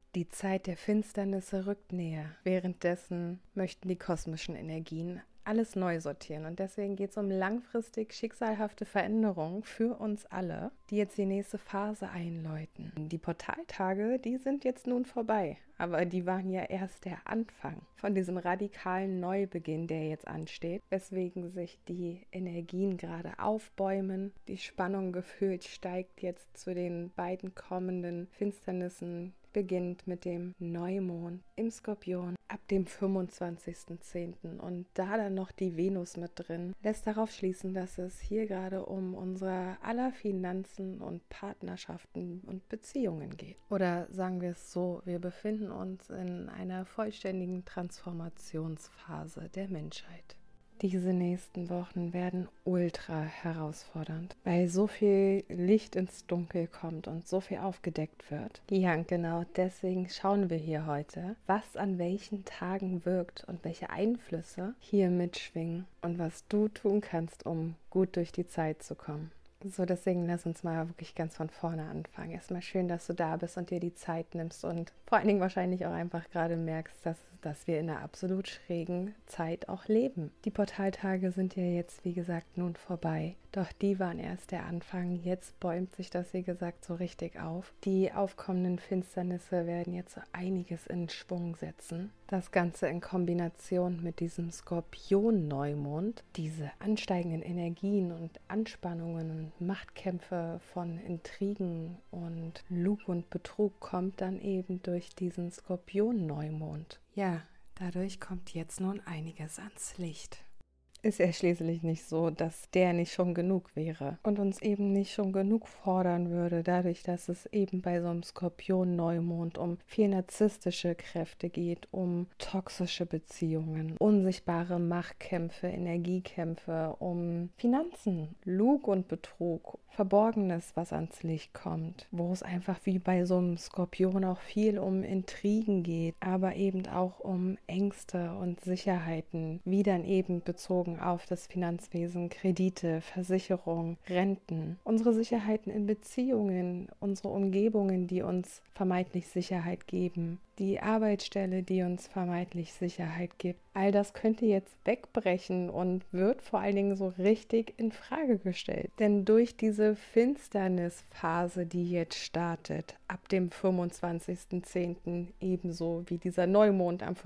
Die Zeit der Finsternisse rückt näher. Währenddessen möchten die kosmischen Energien alles neu sortieren. Und deswegen geht es um langfristig schicksalhafte Veränderungen für uns alle, die jetzt die nächste Phase einläuten. Die Portaltage, die sind jetzt nun vorbei. Aber die waren ja erst der Anfang von diesem radikalen Neubeginn, der jetzt ansteht, weswegen sich die Energien gerade aufbäumen. Die Spannung gefühlt steigt jetzt zu den beiden kommenden Finsternissen, beginnt mit dem Neumond im Skorpion ab dem 25.10. Und da dann noch die Venus mit drin, lässt darauf schließen, dass es hier gerade um unsere aller Finanzen und Partnerschaften und Beziehungen geht. Oder sagen wir es so, wir befinden uns in einer vollständigen Transformationsphase der Menschheit. Diese nächsten Wochen werden ultra herausfordernd, weil so viel Licht ins Dunkel kommt und so viel aufgedeckt wird. Ja, genau deswegen schauen wir hier heute, was an welchen Tagen wirkt und welche Einflüsse hier mitschwingen und was du tun kannst, um gut durch die Zeit zu kommen. So, deswegen lass uns mal wirklich ganz von vorne anfangen. Erstmal schön, dass du da bist und dir die Zeit nimmst und vor allen Dingen wahrscheinlich auch einfach gerade merkst, dass wir in einer absolut schrägen Zeit auch leben. Die Portaltage sind ja jetzt, wie gesagt, nun vorbei. Doch die waren erst der Anfang. Jetzt bäumt sich das, wie gesagt, so richtig auf. Die aufkommenden Finsternisse werden jetzt so einiges in Schwung setzen. Das Ganze in Kombination mit diesem Skorpion-Neumond, diese ansteigenden Energien und Anspannungen und Machtkämpfe von Intrigen und Lug und Betrug kommt dann eben durch diesen Skorpion-Neumond. Ja, dadurch kommt jetzt nun einiges ans Licht. Ist ja schließlich nicht so, dass der nicht schon genug wäre und uns eben nicht schon genug fordern würde, dadurch, dass es eben bei so einem Skorpion-Neumond um viel narzisstische Kräfte geht, um toxische Beziehungen, unsichtbare Machtkämpfe, Energiekämpfe, um Finanzen, Lug und Betrug, Verborgenes, was ans Licht kommt, wo es einfach wie bei so einem Skorpion auch viel um Intrigen geht, aber eben auch um Ängste und Sicherheiten, wie dann eben bezogen auf das Finanzwesen, Kredite, Versicherung, Renten, unsere Sicherheiten in Beziehungen, unsere Umgebungen, die uns vermeintlich Sicherheit geben, die Arbeitsstelle, die uns vermeintlich Sicherheit gibt. All das könnte jetzt wegbrechen und wird vor allen Dingen so richtig in Frage gestellt. Denn durch diese Finsternisphase, die jetzt startet, ab dem 25.10., ebenso wie dieser Neumond am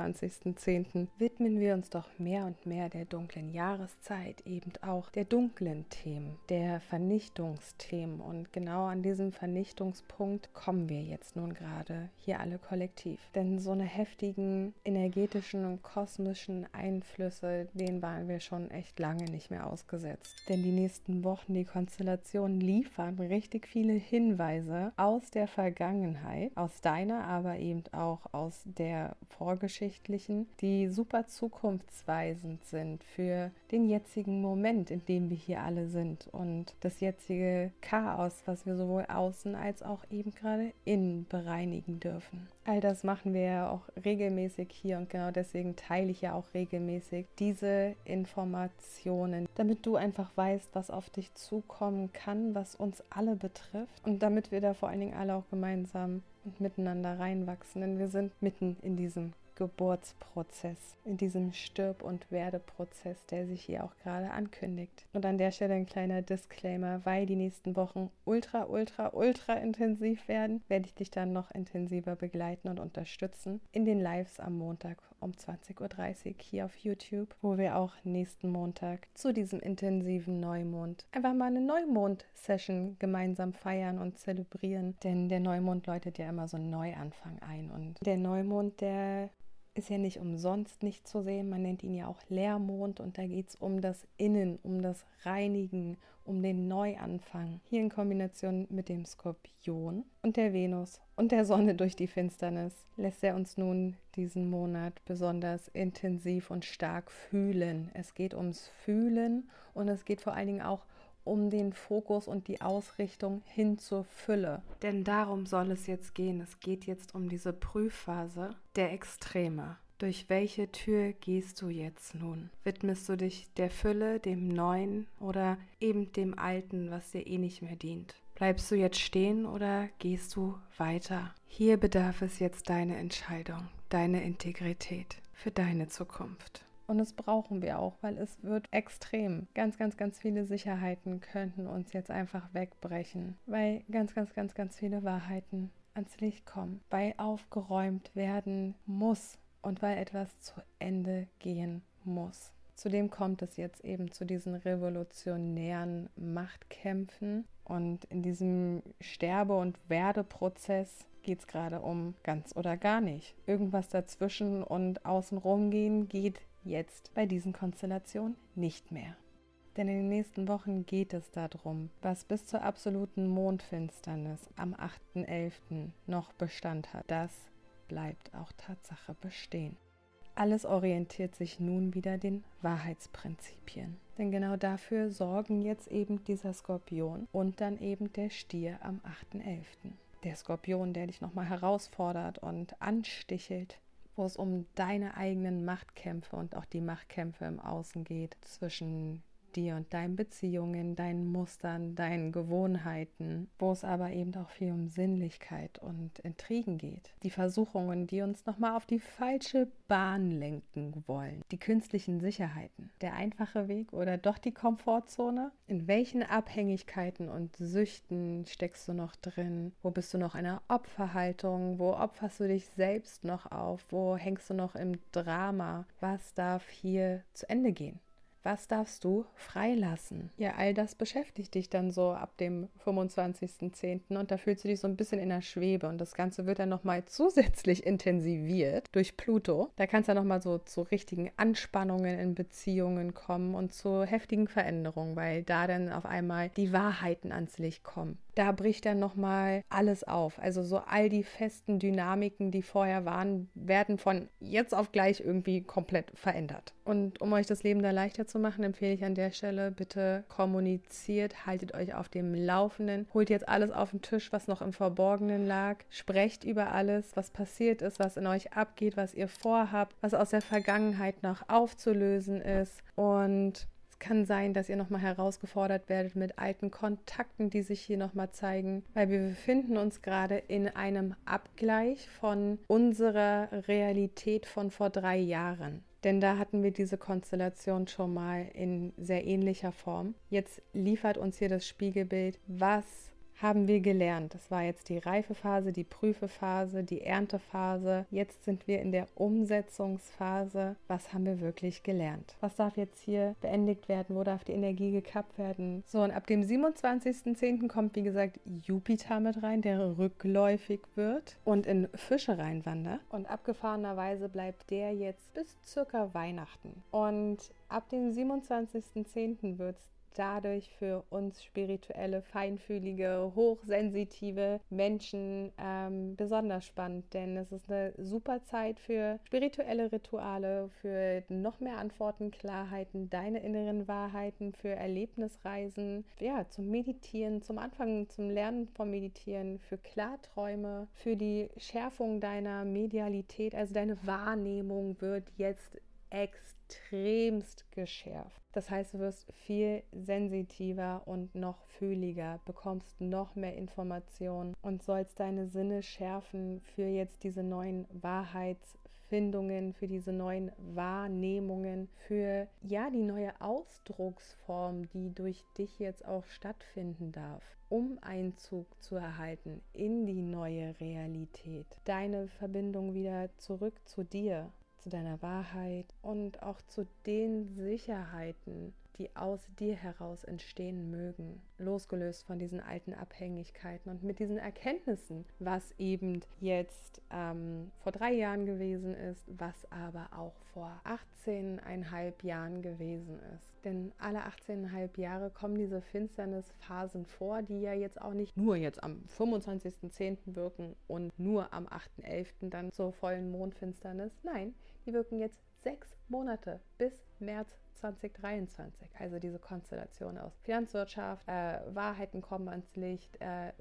25.10., widmen wir uns doch mehr und mehr der dunklen Jahreszeit, eben auch der dunklen Themen, der Vernichtungsthemen. Und genau an diesem Vernichtungspunkt kommen wir jetzt nun gerade hier alle kollektiv. Denn so eine heftigen energetischen und kosmischen Einflüsse, denen waren wir schon echt lange nicht mehr ausgesetzt. Denn die nächsten Wochen, die Konstellationen liefern richtig viele Hinweise aus der Vergangenheit, aus deiner, aber eben auch aus der vorgeschichtlichen, die super zukunftsweisend sind für den jetzigen Moment, in dem wir hier alle sind und das jetzige Chaos, was wir sowohl außen als auch eben gerade innen bereinigen dürfen. All das machen wir ja auch regelmäßig hier und genau deswegen teile ich ja auch regelmäßig diese Informationen, damit du einfach weißt, was auf dich zukommen kann, was uns alle betrifft und damit wir da vor allen Dingen alle auch gemeinsam und miteinander reinwachsen, denn wir sind mitten in diesem Geburtsprozess, in diesem Stirb- und Werdeprozess, der sich hier auch gerade ankündigt. Und an der Stelle ein kleiner Disclaimer, weil die nächsten Wochen ultra intensiv werden, werde ich dich dann noch intensiver begleiten und unterstützen in den Lives am Montag um 20.30 Uhr hier auf YouTube, wo wir auch nächsten Montag zu diesem intensiven Neumond einfach mal eine Neumond-Session gemeinsam feiern und zelebrieren, denn der Neumond läutet ja immer so einen Neuanfang ein und der Neumond, der ist ja nicht umsonst nicht zu sehen. Man nennt ihn ja auch Leermond und da geht es um das Innen, um das Reinigen, um den Neuanfang. Hier in Kombination mit dem Skorpion und der Venus und der Sonne durch die Finsternis lässt er uns nun diesen Monat besonders intensiv und stark fühlen. Es geht ums Fühlen und es geht vor allen Dingen auch um den Fokus und die Ausrichtung hin zur Fülle. Denn darum soll es jetzt gehen. Es geht jetzt um diese Prüfphase der Extreme. Durch welche Tür gehst du jetzt nun? Widmest du dich der Fülle, dem Neuen oder eben dem Alten, was dir eh nicht mehr dient? Bleibst du jetzt stehen oder gehst du weiter? Hier bedarf es jetzt deine Entscheidung, deine Integrität für deine Zukunft. Und das brauchen wir auch, weil es wird extrem. Ganz, ganz, ganz viele Sicherheiten könnten uns jetzt einfach wegbrechen, weil ganz, ganz, ganz, ganz viele Wahrheiten ans Licht kommen, weil aufgeräumt werden muss und weil etwas zu Ende gehen muss. Zudem kommt es jetzt eben zu diesen revolutionären Machtkämpfen und in diesem Sterbe- und Werdeprozess geht es gerade um ganz oder gar nicht. Irgendwas dazwischen und außenrum gehen geht jetzt bei diesen Konstellationen nicht mehr. Denn in den nächsten Wochen geht es darum, was bis zur absoluten Mondfinsternis am 8.11. noch Bestand hat. Das bleibt auch Tatsache bestehen. Alles orientiert sich nun wieder den Wahrheitsprinzipien. Denn genau dafür sorgen jetzt eben dieser Skorpion und dann eben der Stier am 8.11. Der Skorpion, der dich nochmal herausfordert und anstichelt, wo es um deine eigenen Machtkämpfe und auch die Machtkämpfe im Außen geht, zwischen dir und deinen Beziehungen, deinen Mustern, deinen Gewohnheiten, wo es aber eben auch viel um Sinnlichkeit und Intrigen geht. Die Versuchungen, die uns nochmal auf die falsche Bahn lenken wollen. Die künstlichen Sicherheiten. Der einfache Weg oder doch die Komfortzone? In welchen Abhängigkeiten und Süchten steckst du noch drin? Wo bist du noch in einer Opferhaltung? Wo opferst du dich selbst noch auf? Wo hängst du noch im Drama? Was darf hier zu Ende gehen? Was darfst du freilassen? Ja, all das beschäftigt dich dann so ab dem 25.10. und da fühlst du dich so ein bisschen in der Schwebe und das Ganze wird dann nochmal zusätzlich intensiviert durch Pluto. Da kann es dann nochmal so zu richtigen Anspannungen in Beziehungen kommen und zu heftigen Veränderungen, weil da dann auf einmal die Wahrheiten ans Licht kommen. Da bricht dann nochmal alles auf. Also so all die festen Dynamiken, die vorher waren, werden von jetzt auf gleich irgendwie komplett verändert. Und um euch das Leben da leichter zu machen, empfehle ich an der Stelle, bitte kommuniziert, haltet euch auf dem Laufenden, holt jetzt alles auf den Tisch, was noch im Verborgenen lag, sprecht über alles, was passiert ist, was in euch abgeht, was ihr vorhabt, was aus der Vergangenheit noch aufzulösen ist und kann sein, dass ihr nochmal herausgefordert werdet mit alten Kontakten, die sich hier nochmal zeigen, weil wir befinden uns gerade in einem Abgleich von unserer Realität von vor 3 Jahren. Denn da hatten wir diese Konstellation schon mal in sehr ähnlicher Form. Jetzt liefert uns hier das Spiegelbild, was haben wir gelernt. Das war jetzt die Reifephase, die Prüfephase, die Erntephase. Jetzt sind wir in der Umsetzungsphase. Was haben wir wirklich gelernt? Was darf jetzt hier beendigt werden? Wo darf die Energie gekappt werden? So, und ab dem 27.10. kommt, wie gesagt, Jupiter mit rein, der rückläufig wird und in Fische reinwandert. Und abgefahrenerweise bleibt der jetzt bis circa Weihnachten. Und ab dem 27.10. wird es dadurch für uns spirituelle, feinfühlige, hochsensitive Menschen besonders spannend, denn es ist eine super Zeit für spirituelle Rituale, für noch mehr Antworten, Klarheiten, deine inneren Wahrheiten, für Erlebnisreisen, ja, zum Meditieren, zum Anfangen, zum Lernen vom Meditieren, für Klarträume, für die Schärfung deiner Medialität, also deine Wahrnehmung wird jetzt extremst geschärft. Das heißt, du wirst viel sensitiver und noch fühliger, bekommst noch mehr Informationen und sollst deine Sinne schärfen für jetzt diese neuen Wahrheitsfindungen, für diese neuen Wahrnehmungen, für ja die neue Ausdrucksform, die durch dich jetzt auch stattfinden darf, um Einzug zu erhalten in die neue Realität. Deine Verbindung wieder zurück zu dir, zu deiner Wahrheit und auch zu den Sicherheiten, die aus dir heraus entstehen mögen, losgelöst von diesen alten Abhängigkeiten und mit diesen Erkenntnissen, was eben jetzt vor 3 Jahren gewesen ist, was aber auch vor 18,5 Jahren gewesen ist. Denn alle 18,5 Jahre kommen diese Finsternisphasen vor, die ja jetzt auch nicht nur jetzt am 25.10. wirken und nur am 8.11. dann zur vollen Mondfinsternis. Nein, die wirken jetzt 6 Monate bis März 2023. Also diese Konstellation aus Finanzwirtschaft, Wahrheiten kommen ans Licht,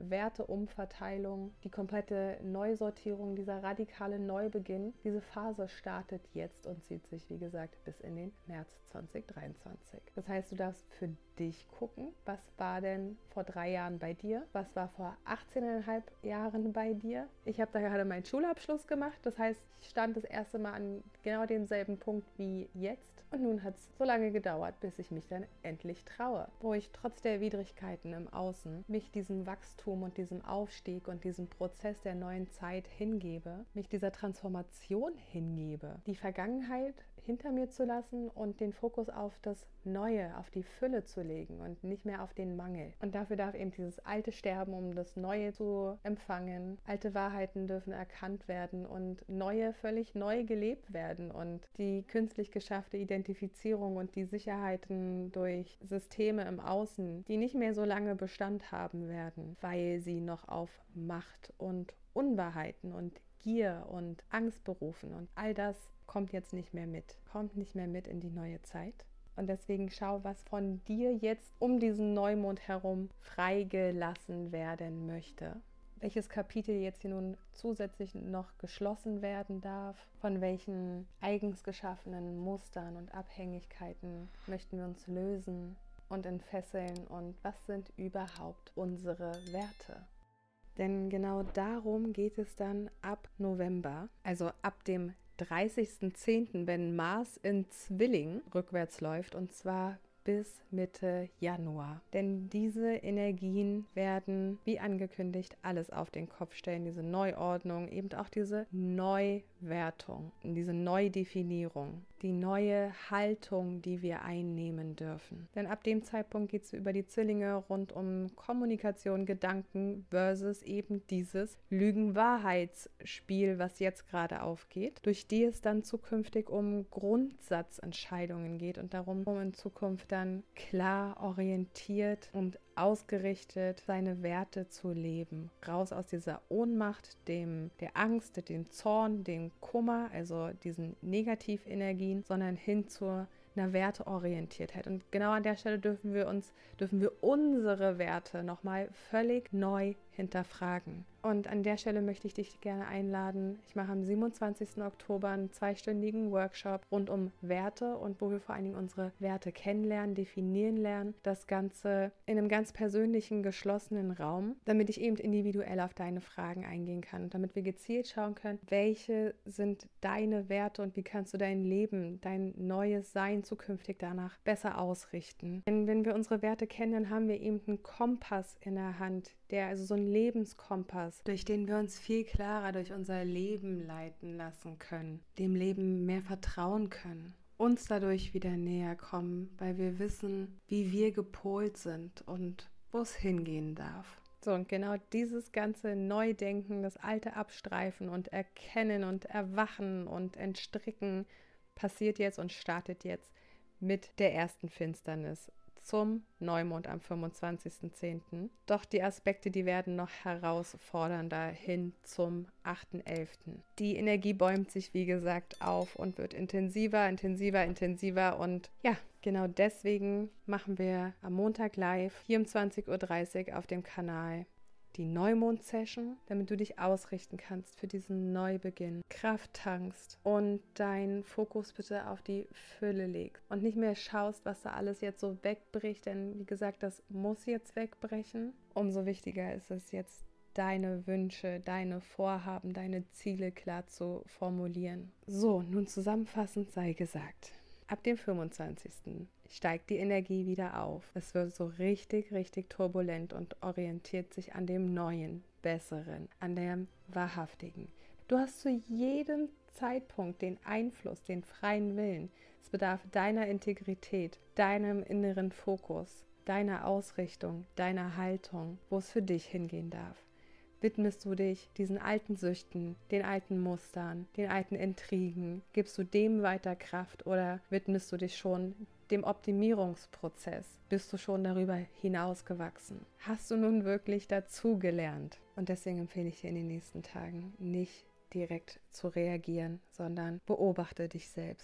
Werteumverteilung, die komplette Neusortierung, dieser radikale Neubeginn. Diese Phase startet jetzt und zieht sich, wie gesagt, bis in den März 2023. Das heißt, du darfst für dich gucken, was war denn vor 3 Jahren bei dir? Was war vor 18,5 Jahren bei dir? Ich habe da gerade meinen Schulabschluss gemacht. Das heißt, ich stand das erste Mal an genau demselben Punkt wie jetzt. Und nun hat es so lange gedauert, bis ich mich dann endlich traue. Wo ich trotz der Widrigkeiten im Außen mich diesem Wachstum und diesem Aufstieg und diesem Prozess der neuen Zeit hingebe, mich dieser Transformation hingebe, die Vergangenheit hinter mir zu lassen und den Fokus auf das Neue, auf die Fülle zu legen und nicht mehr auf den Mangel. Und dafür darf eben dieses Alte sterben, um das Neue zu empfangen. Alte Wahrheiten dürfen erkannt werden und neue völlig neu gelebt werden. Und die künstlich geschaffte Identifizierung und die Sicherheiten durch Systeme im Außen, die nicht mehr so lange Bestand haben werden, weil sie noch auf Macht und Unwahrheiten und Gier und Angst berufen. Und all das kommt jetzt nicht mehr mit in die neue Zeit. Und deswegen schau, was von dir jetzt um diesen Neumond herum freigelassen werden möchte. Welches Kapitel jetzt hier nun zusätzlich noch geschlossen werden darf, von welchen eigens geschaffenen Mustern und Abhängigkeiten möchten wir uns lösen und entfesseln und was sind überhaupt unsere Werte? Denn genau darum geht es dann ab November, also ab dem 30.10., wenn Mars in Zwilling rückwärts läuft, und zwar bis Mitte Januar. Denn diese Energien werden, wie angekündigt, alles auf den Kopf stellen. Diese Neuordnung, eben auch diese Neuwertung, diese Neudefinierung, die neue Haltung, die wir einnehmen dürfen. Denn ab dem Zeitpunkt geht es über die Zwillinge rund um Kommunikation, Gedanken versus eben dieses Lügen-Wahrheitsspiel, was jetzt gerade aufgeht, durch die es dann zukünftig um Grundsatzentscheidungen geht und darum, um in Zukunft dann klar orientiert und ausgerichtet seine Werte zu leben. Raus aus dieser Ohnmacht, der Angst, dem Zorn, dem Kummer, also diesen Negativenergien, sondern hin zu einer Werteorientiertheit. Und genau an der Stelle dürfen wir unsere Werte nochmal völlig neu hinterfragen. Und an der Stelle möchte ich dich gerne einladen. Ich mache am 27. Oktober einen 2-stündigen Workshop rund um Werte und wo wir vor allen Dingen unsere Werte kennenlernen, definieren lernen. Das Ganze in einem ganz persönlichen, geschlossenen Raum, damit ich eben individuell auf deine Fragen eingehen kann und damit wir gezielt schauen können, welche sind deine Werte und wie kannst du dein Leben, dein neues Sein zukünftig danach besser ausrichten. Denn wenn wir unsere Werte kennen, dann haben wir eben einen Kompass in der Hand, also so ein Lebenskompass, durch den wir uns viel klarer durch unser Leben leiten lassen können, dem Leben mehr vertrauen können, uns dadurch wieder näher kommen, weil wir wissen, wie wir gepolt sind und wo es hingehen darf. So, und genau dieses ganze Neudenken, das Alte abstreifen und erkennen und erwachen und entstricken, passiert jetzt und startet jetzt mit der ersten Finsternis zum Neumond am 25.10. Doch die Aspekte, die werden noch herausfordernder hin zum 8.11. Die Energie bäumt sich, wie gesagt, auf und wird intensiver und ja, genau deswegen machen wir am Montag live 24:30 Uhr auf dem Kanal die Neumond-Session, damit du dich ausrichten kannst für diesen Neubeginn, Kraft tankst und deinen Fokus bitte auf die Fülle legst und nicht mehr schaust, was da alles jetzt so wegbricht, denn wie gesagt, das muss jetzt wegbrechen. Umso wichtiger ist es jetzt, deine Wünsche, deine Vorhaben, deine Ziele klar zu formulieren. So, nun zusammenfassend sei gesagt. Ab dem 25. steigt die Energie wieder auf. Es wird so richtig turbulent und orientiert sich an dem Neuen, Besseren, an dem Wahrhaftigen. Du hast zu jedem Zeitpunkt den Einfluss, den freien Willen. Es bedarf deiner Integrität, deinem inneren Fokus, deiner Ausrichtung, deiner Haltung, wo es für dich hingehen darf. Widmest du dich diesen alten Süchten, den alten Mustern, den alten Intrigen? Gibst du dem weiter Kraft oder widmest du dich schon dem Optimierungsprozess? Bist du schon darüber hinausgewachsen? Hast du nun wirklich dazugelernt? Und deswegen empfehle ich dir in den nächsten Tagen nicht direkt zu reagieren, sondern beobachte dich selbst.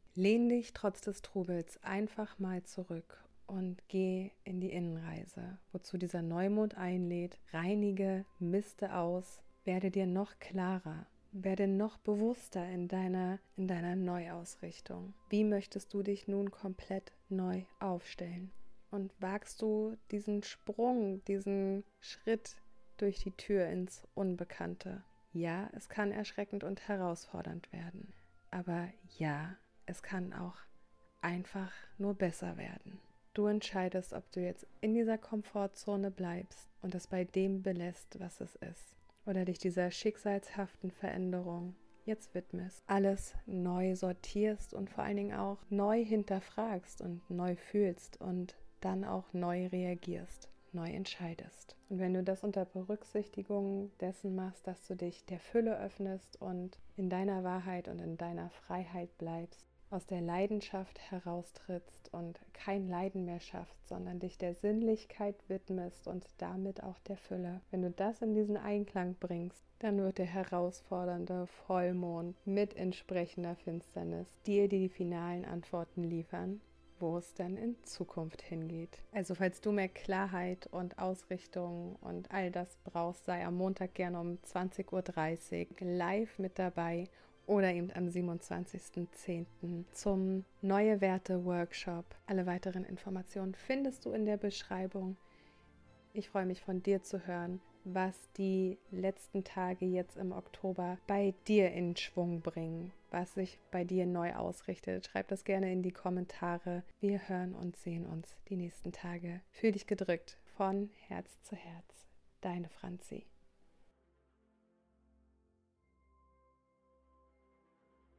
Lehn dich trotz des Trubels einfach mal zurück und geh in die Innenreise, wozu dieser Neumond einlädt. Reinige, miste aus, werde dir noch klarer, werde noch bewusster in deiner Neuausrichtung. Wie möchtest du dich nun komplett neu aufstellen? Und wagst du diesen Sprung, diesen Schritt durch die Tür ins Unbekannte? Ja, es kann erschreckend und herausfordernd werden, aber ja, es kann auch einfach nur besser werden. Du entscheidest, ob du jetzt in dieser Komfortzone bleibst und es bei dem belässt, was es ist, oder dich dieser schicksalshaften Veränderung jetzt widmest, alles neu sortierst und vor allen Dingen auch neu hinterfragst und neu fühlst und dann auch neu reagierst, neu entscheidest. Und wenn du das unter Berücksichtigung dessen machst, dass du dich der Fülle öffnest und in deiner Wahrheit und in deiner Freiheit bleibst, aus der Leidenschaft heraustrittst und kein Leiden mehr schaffst, sondern dich der Sinnlichkeit widmest und damit auch der Fülle. Wenn du das in diesen Einklang bringst, dann wird der herausfordernde Vollmond mit entsprechender Finsternis dir die finalen Antworten liefern, wo es dann in Zukunft hingeht. Also falls du mehr Klarheit und Ausrichtung und all das brauchst, sei am Montag gerne um 20:30 Uhr live mit dabei oder eben am 27.10. zum Neue Werte Workshop. Alle weiteren Informationen findest du in der Beschreibung. Ich freue mich, von dir zu hören, was die letzten Tage jetzt im Oktober bei dir in Schwung bringen, was sich bei dir neu ausrichtet. Schreib das gerne in die Kommentare. Wir hören und sehen uns die nächsten Tage. Fühl dich gedrückt von Herz zu Herz. Deine Franzi.